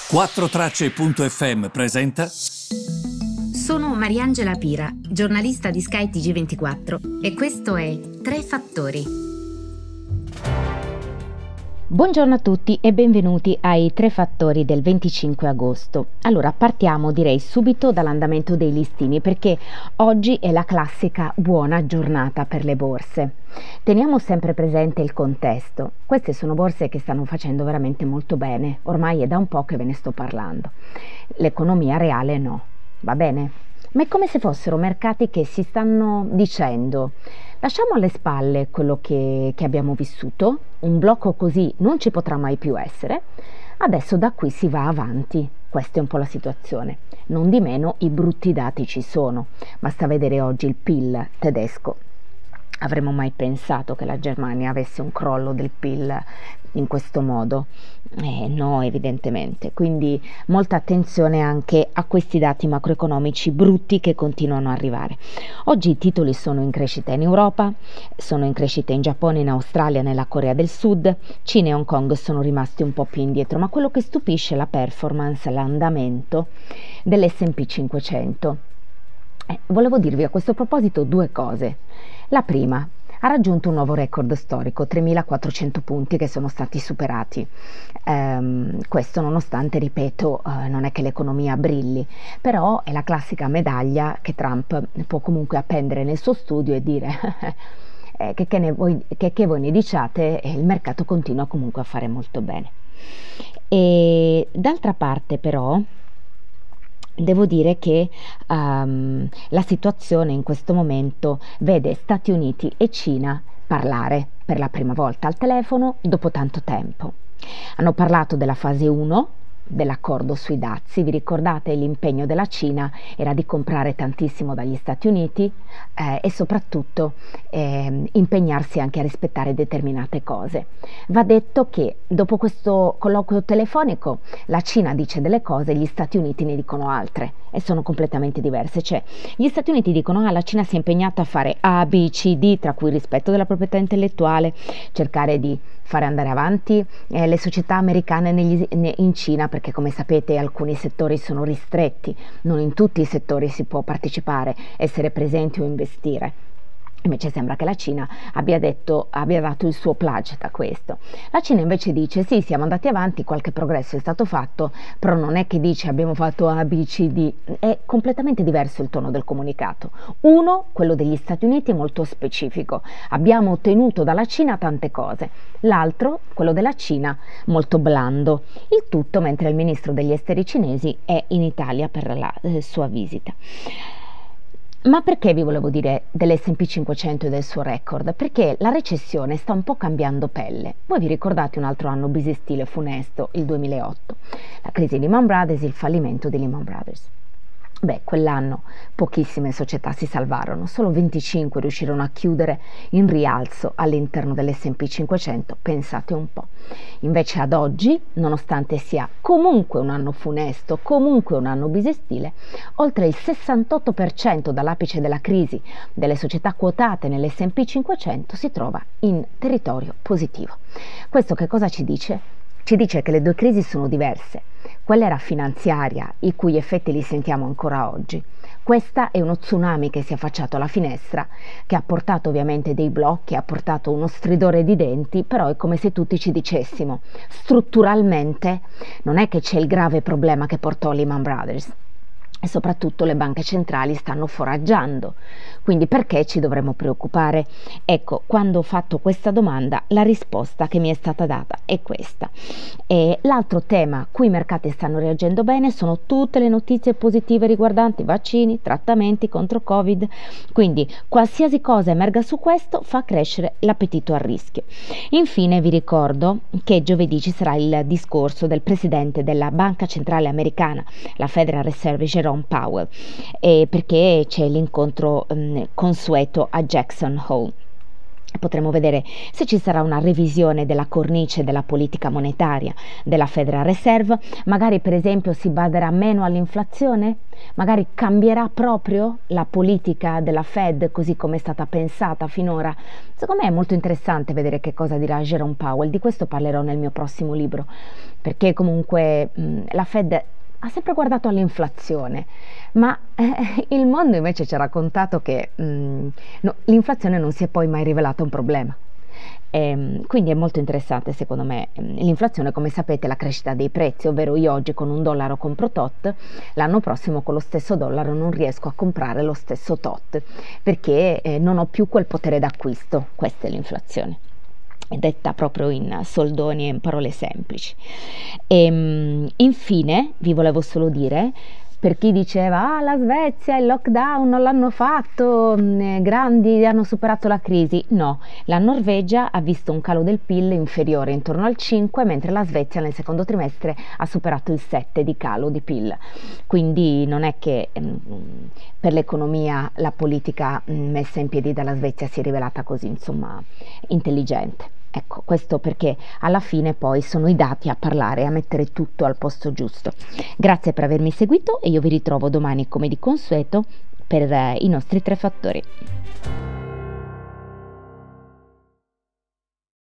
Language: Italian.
4Tracce.fm presenta. Sono Mariangela Pira, giornalista di Sky TG24 e questo è Tre Fattori. Buongiorno a tutti e benvenuti ai Tre Fattori del 25 agosto. Allora partiamo direi subito dall'andamento dei listini perché oggi è la classica buona giornata per le borse. Teniamo sempre presente il contesto. Queste sono borse che stanno facendo veramente molto bene, ormai è da un po' che ve ne sto parlando. L'economia reale no, va bene? Ma è come se fossero mercati che si stanno dicendo: lasciamo alle spalle quello che abbiamo vissuto, un blocco così non ci potrà mai più essere, adesso da qui si va avanti. Questa è un po' la situazione. Non di meno i brutti dati ci sono, basta vedere oggi il PIL tedesco. Avremmo mai pensato che la Germania avesse un crollo del PIL in questo modo? No, evidentemente. Quindi molta attenzione anche a questi dati macroeconomici brutti che continuano ad arrivare. Oggi i titoli sono in crescita in Europa, sono in crescita in Giappone, in Australia, nella Corea del Sud, Cina e Hong Kong sono rimasti un po' più indietro, ma quello che stupisce è la performance, l'andamento dell'S&P 500. Volevo dirvi a questo proposito due cose. La prima, ha raggiunto un nuovo record storico, 3.400 punti che sono stati superati. Questo nonostante, ripeto, non è che l'economia brilli, però è la classica medaglia che Trump può comunque appendere nel suo studio e dire che voi ne diciate, e il mercato continua comunque a fare molto bene. E d'altra parte però devo dire che la situazione in questo momento vede Stati Uniti e Cina parlare per la prima volta al telefono dopo tanto tempo. Hanno parlato della fase 1 dell'accordo sui dazi. Vi ricordate, l'impegno della Cina era di comprare tantissimo dagli Stati Uniti e soprattutto impegnarsi anche a rispettare determinate cose. Va detto che dopo questo colloquio telefonico la Cina dice delle cose e gli Stati Uniti ne dicono altre e sono completamente diverse. Cioè, gli Stati Uniti dicono: la Cina si è impegnata a fare A, B, C, D, tra cui il rispetto della proprietà intellettuale, cercare di fare andare avanti le società americane in Cina, perché come sapete alcuni settori sono ristretti, non in tutti i settori si può partecipare, essere presenti o investire. Invece sembra che la Cina abbia dato il suo pledge a questo. La Cina invece dice: sì, siamo andati avanti, qualche progresso è stato fatto, però non è che dice abbiamo fatto A, B, C, D. È completamente diverso il tono del comunicato. Uno, quello degli Stati Uniti, è molto specifico: abbiamo ottenuto dalla Cina tante cose. L'altro, quello della Cina, molto blando. Il tutto mentre il ministro degli esteri cinesi è in Italia per la sua visita. Ma perché vi volevo dire dell'S&P 500 e del suo record? Perché la recessione sta un po' cambiando pelle. Voi vi ricordate un altro anno bisestile funesto, il 2008, la crisi di Lehman Brothers, il fallimento di Lehman Brothers. Quell'anno pochissime società si salvarono, solo 25 riuscirono a chiudere in rialzo all'interno dell'S&P 500, pensate un po'. Invece ad oggi, nonostante sia comunque un anno funesto, comunque un anno bisestile, oltre il 68% dall'apice della crisi delle società quotate nell'S&P 500 si trova in territorio positivo. Questo che cosa ci dice? Ci dice che le due crisi sono diverse. Quella era finanziaria, i cui effetti li sentiamo ancora oggi. Questa è uno tsunami che si è affacciato alla finestra, che ha portato ovviamente dei blocchi, ha portato uno stridore di denti, però è come se tutti ci dicessimo: strutturalmente non è che c'è il grave problema che portò Lehman Brothers. E soprattutto le banche centrali stanno foraggiando, quindi perché ci dovremmo preoccupare? Ecco, quando ho fatto questa domanda la risposta che mi è stata data è questa. E l'altro tema a cui i mercati stanno reagendo bene sono tutte le notizie positive riguardanti vaccini, trattamenti contro Covid, quindi qualsiasi cosa emerga su questo fa crescere l'appetito al rischio. Infine vi ricordo che giovedì ci sarà il discorso del presidente della Banca Centrale Americana, la Federal Reserve, Jerome Powell, perché c'è l'incontro consueto a Jackson Hole. Potremo vedere se ci sarà una revisione della cornice della politica monetaria della Federal Reserve, magari per esempio si baderà meno all'inflazione, magari cambierà proprio la politica della Fed così come è stata pensata finora. Secondo me è molto interessante vedere che cosa dirà Jerome Powell, di questo parlerò nel mio prossimo libro, perché comunque la Fed ha sempre guardato all'inflazione, ma il mondo invece ci ha raccontato che no, l'inflazione non si è poi mai rivelata un problema. Quindi è molto interessante secondo me l'inflazione, come sapete, la crescita dei prezzi, ovvero io oggi con $1 compro tot, l'anno prossimo con lo stesso dollaro non riesco a comprare lo stesso tot, perché non ho più quel potere d'acquisto. Questa è l'inflazione, è detta proprio in soldoni e in parole semplici. Infine vi volevo solo dire, per chi diceva la Svezia il lockdown non l'hanno fatto, grandi hanno superato la crisi, no, la Norvegia ha visto un calo del PIL inferiore intorno al 5, mentre la Svezia nel secondo trimestre ha superato il 7 di calo di PIL, quindi non è che per l'economia la politica messa in piedi dalla Svezia si è rivelata così, insomma, intelligente. Ecco, questo perché alla fine poi sono i dati a parlare e a mettere tutto al posto giusto. Grazie per avermi seguito e io vi ritrovo domani come di consueto per i nostri 3 fattori.